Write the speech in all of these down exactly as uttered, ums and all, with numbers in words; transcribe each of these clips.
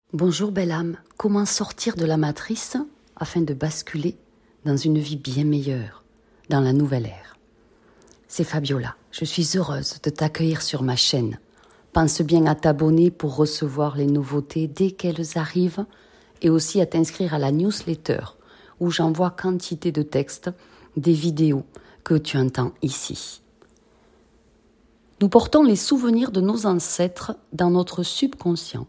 Bonjour belle âme, comment sortir de la matrice afin de basculer dans une vie bien meilleure, dans la nouvelle ère? C'est Fabiola, je suis heureuse de t'accueillir sur ma chaîne. Pense bien à t'abonner pour recevoir les nouveautés dès qu'elles arrivent et aussi à t'inscrire à la newsletter où j'envoie quantité de textes, des vidéos que tu entends ici. Nous portons les souvenirs de nos ancêtres dans notre subconscient.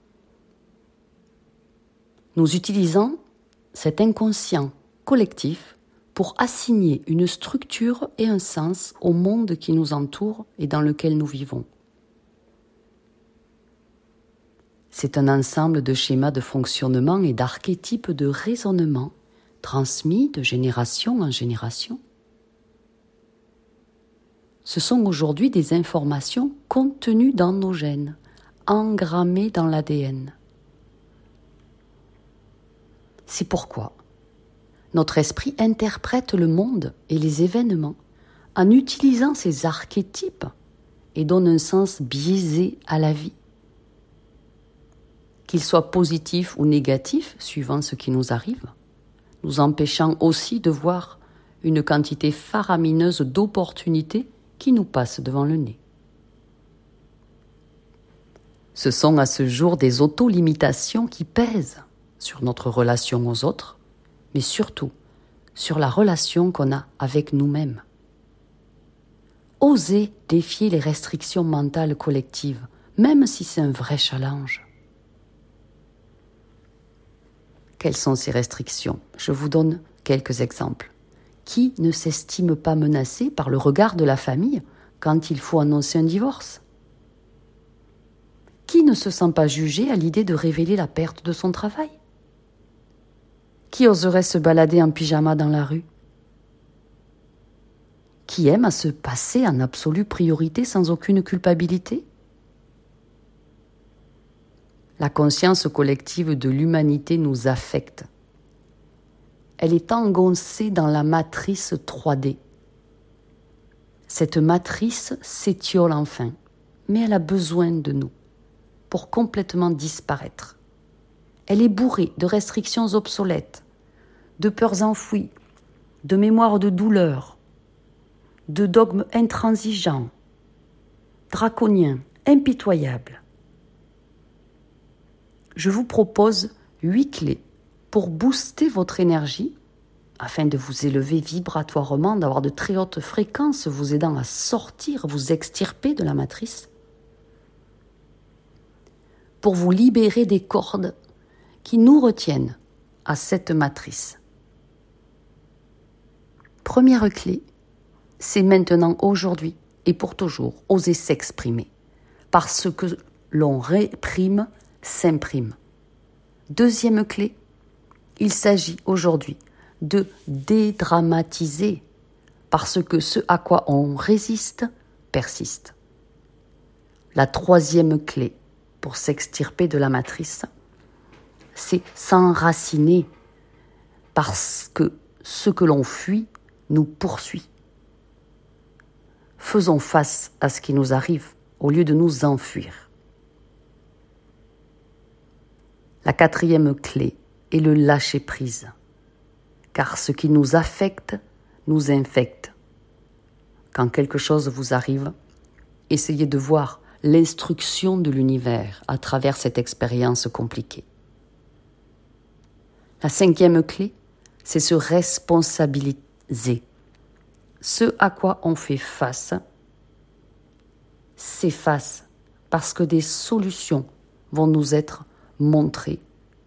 Nous utilisons cet inconscient collectif pour assigner une structure et un sens au monde qui nous entoure et dans lequel nous vivons. C'est un ensemble de schémas de fonctionnement et d'archétypes de raisonnement transmis de génération en génération. Ce sont aujourd'hui des informations contenues dans nos gènes, engrammées dans l'A D N. C'est pourquoi notre esprit interprète le monde et les événements en utilisant ces archétypes et donne un sens biaisé à la vie. Qu'il soit positif ou négatif, suivant ce qui nous arrive, nous empêchant aussi de voir une quantité faramineuse d'opportunités qui nous passent devant le nez. Ce sont à ce jour des auto-limitations qui pèsent sur notre relation aux autres, mais surtout sur la relation qu'on a avec nous-mêmes. Osez défier les restrictions mentales collectives, même si c'est un vrai challenge. Quelles sont ces restrictions? Je vous donne quelques exemples. Qui ne s'estime pas menacé par le regard de la famille quand il faut annoncer un divorce? Qui ne se sent pas jugé à l'idée de révéler la perte de son travail? Qui oserait se balader en pyjama dans la rue? Qui aime à se passer en absolue priorité sans aucune culpabilité? La conscience collective de l'humanité nous affecte. Elle est engoncée dans la matrice trois D. Cette matrice s'étiole enfin, mais elle a besoin de nous pour complètement disparaître. Elle est bourrée de restrictions obsolètes, de peurs enfouies, de mémoires de douleur, de dogmes intransigeants, draconiens, impitoyables. Je vous propose huit clés pour booster votre énergie afin de vous élever vibratoirement, d'avoir de très hautes fréquences vous aidant à sortir, vous extirper de la matrice, pour vous libérer des cordes qui nous retiennent à cette matrice. Première clé, c'est maintenant, aujourd'hui et pour toujours, oser s'exprimer. Parce que l'on réprime, s'imprime. Deuxième clé, il s'agit aujourd'hui de dédramatiser, parce que ce à quoi on résiste persiste. La troisième clé pour s'extirper de la matrice, c'est s'enraciner, parce que ce que l'on fuit nous poursuit. Faisons face à ce qui nous arrive au lieu de nous enfuir. La quatrième clé est le lâcher-prise, car ce qui nous affecte nous infecte. Quand quelque chose vous arrive, essayez de voir l'instruction de l'univers à travers cette expérience compliquée. La cinquième clé, c'est se responsabiliser. Ce à quoi on fait face s'efface parce que des solutions vont nous être montrées.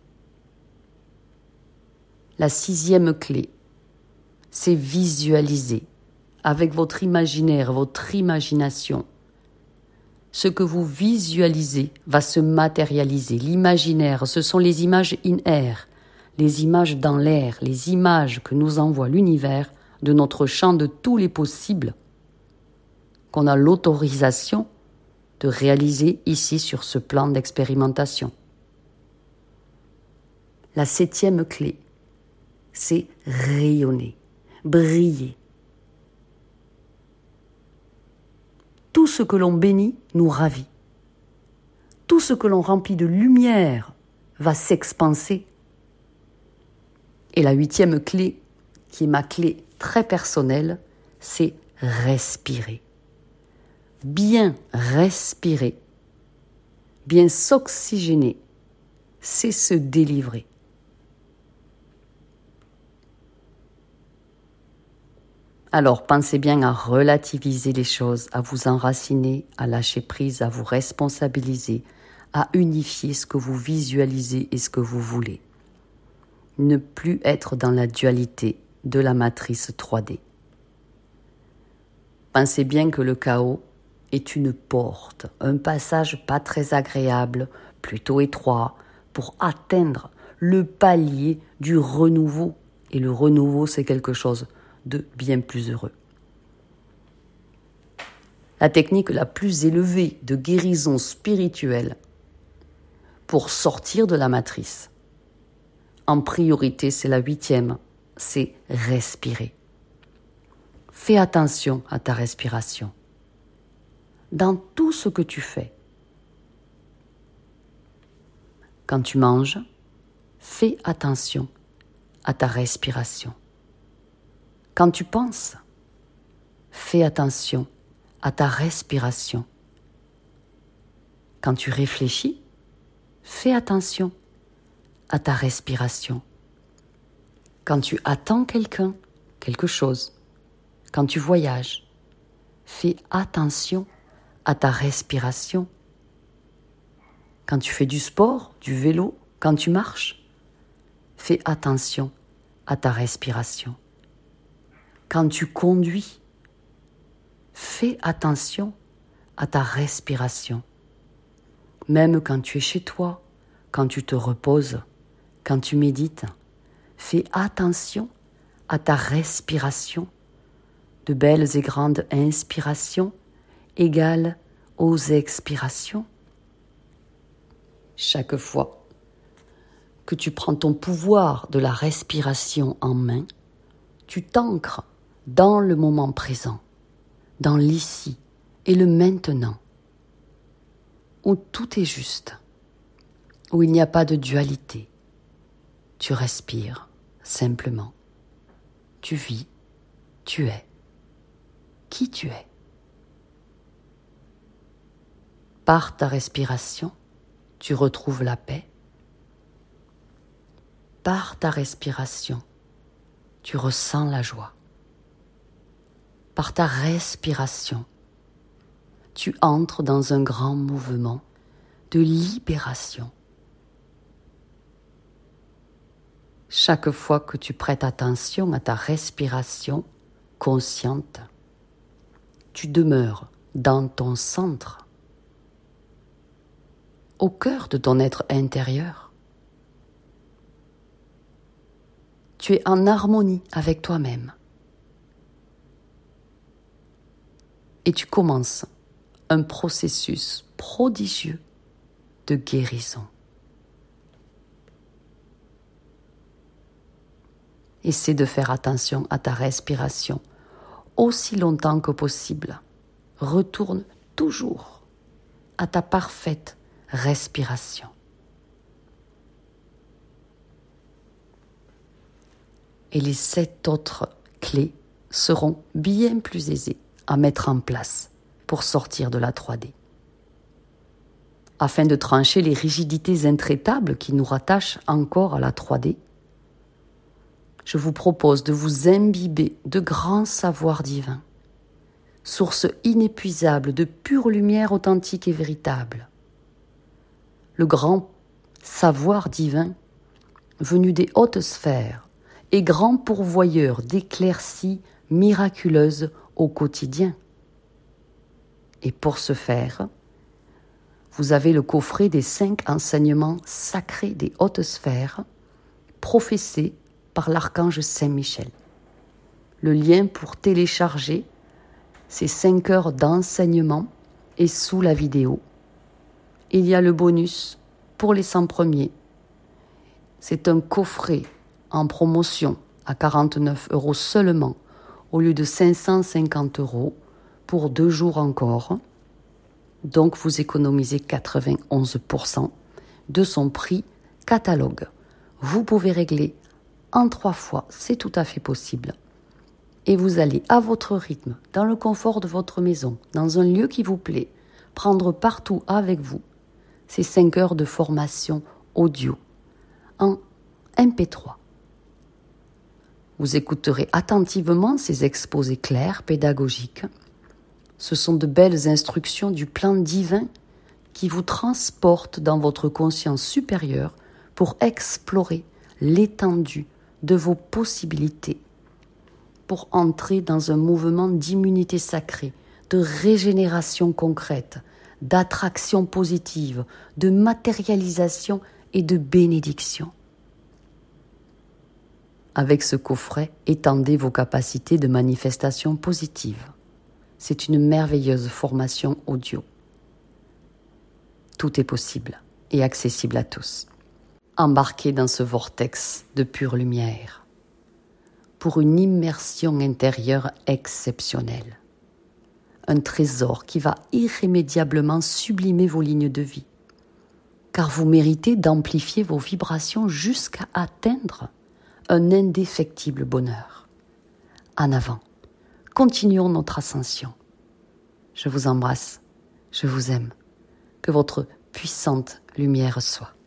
La sixième clé, c'est visualiser avec votre imaginaire, votre imagination. Ce que vous visualisez va se matérialiser. L'imaginaire, ce sont les images in air, les images dans l'air, les images que nous envoie l'univers de notre champ de tous les possibles, qu'on a l'autorisation de réaliser ici sur ce plan d'expérimentation. La septième clé, c'est rayonner, briller. Tout ce que l'on bénit nous ravit. Tout ce que l'on remplit de lumière va s'expanser. Et la huitième clé, qui est ma clé très personnelle, c'est respirer. Bien respirer, bien s'oxygéner, c'est se délivrer. Alors pensez bien à relativiser les choses, à vous enraciner, à lâcher prise, à vous responsabiliser, à unifier ce que vous visualisez et ce que vous voulez. Ne plus être dans la dualité de la matrice trois D. Pensez bien que le chaos est une porte, un passage pas très agréable, plutôt étroit, pour atteindre le palier du renouveau. Et le renouveau, c'est quelque chose de bien plus heureux. La technique la plus élevée de guérison spirituelle pour sortir de la matrice, en priorité, c'est la huitième, c'est respirer. Fais attention à ta respiration. Dans tout ce que tu fais. Quand tu manges, fais attention à ta respiration. Quand tu penses, fais attention à ta respiration. Quand tu réfléchis, fais attention à ta respiration. Quand tu attends quelqu'un, quelque chose, quand tu voyages, fais attention à ta respiration. Quand tu fais du sport, du vélo, quand tu marches, fais attention à ta respiration. Quand tu conduis, fais attention à ta respiration. Même quand tu es chez toi, quand tu te reposes, quand tu médites, fais attention à ta respiration. De belles et grandes inspirations égales aux expirations. Chaque fois que tu prends ton pouvoir de la respiration en main, tu t'ancres dans le moment présent, dans l'ici et le maintenant, où tout est juste, où il n'y a pas de dualité. Tu respires simplement. Tu vis, tu es qui tu es. Par ta respiration, tu retrouves la paix. Par ta respiration, tu ressens la joie. Par ta respiration, tu entres dans un grand mouvement de libération. Chaque fois que tu prêtes attention à ta respiration consciente, tu demeures dans ton centre, au cœur de ton être intérieur. Tu es en harmonie avec toi-même. Et tu commences un processus prodigieux de guérison. Essaie de faire attention à ta respiration aussi longtemps que possible. Retourne toujours à ta parfaite respiration. Et les sept autres clés seront bien plus aisées à mettre en place pour sortir de la trois D. Afin de trancher les rigidités intraitables qui nous rattachent encore à la trois D, je vous propose de vous imbiber de grands savoirs divins, source inépuisable de pure lumière authentique et véritable. Le grand savoir divin venu des hautes sphères et grand pourvoyeur d'éclaircies miraculeuses au quotidien. Et pour ce faire, vous avez le coffret des cinq enseignements sacrés des hautes sphères, professés par l'archange Saint-Michel. Le lien pour télécharger ces cinq heures d'enseignement est sous la vidéo. Il y a le bonus pour les cent premiers. C'est un coffret en promotion à quarante-neuf euros seulement, au lieu de cinq cent cinquante euros pour deux jours encore. Donc vous économisez quatre-vingt-onze pour cent de son prix catalogue. Vous pouvez régler en trois fois, c'est tout à fait possible. Et vous allez à votre rythme, dans le confort de votre maison, dans un lieu qui vous plaît, prendre partout avec vous ces cinq heures de formation audio en M P trois. Vous écouterez attentivement ces exposés clairs, pédagogiques. Ce sont de belles instructions du plan divin qui vous transportent dans votre conscience supérieure pour explorer l'étendue de vos possibilités, pour entrer dans un mouvement d'immunité sacrée, de régénération concrète, d'attraction positive, de matérialisation et de bénédiction. Avec ce coffret, étendez vos capacités de manifestation positive. C'est une merveilleuse formation audio. Tout est possible et accessible à tous. Embarquez dans ce vortex de pure lumière pour une immersion intérieure exceptionnelle. Un trésor qui va irrémédiablement sublimer vos lignes de vie, car vous méritez d'amplifier vos vibrations jusqu'à atteindre un indéfectible bonheur. En avant, continuons notre ascension. Je vous embrasse, je vous aime, que votre puissante lumière soit.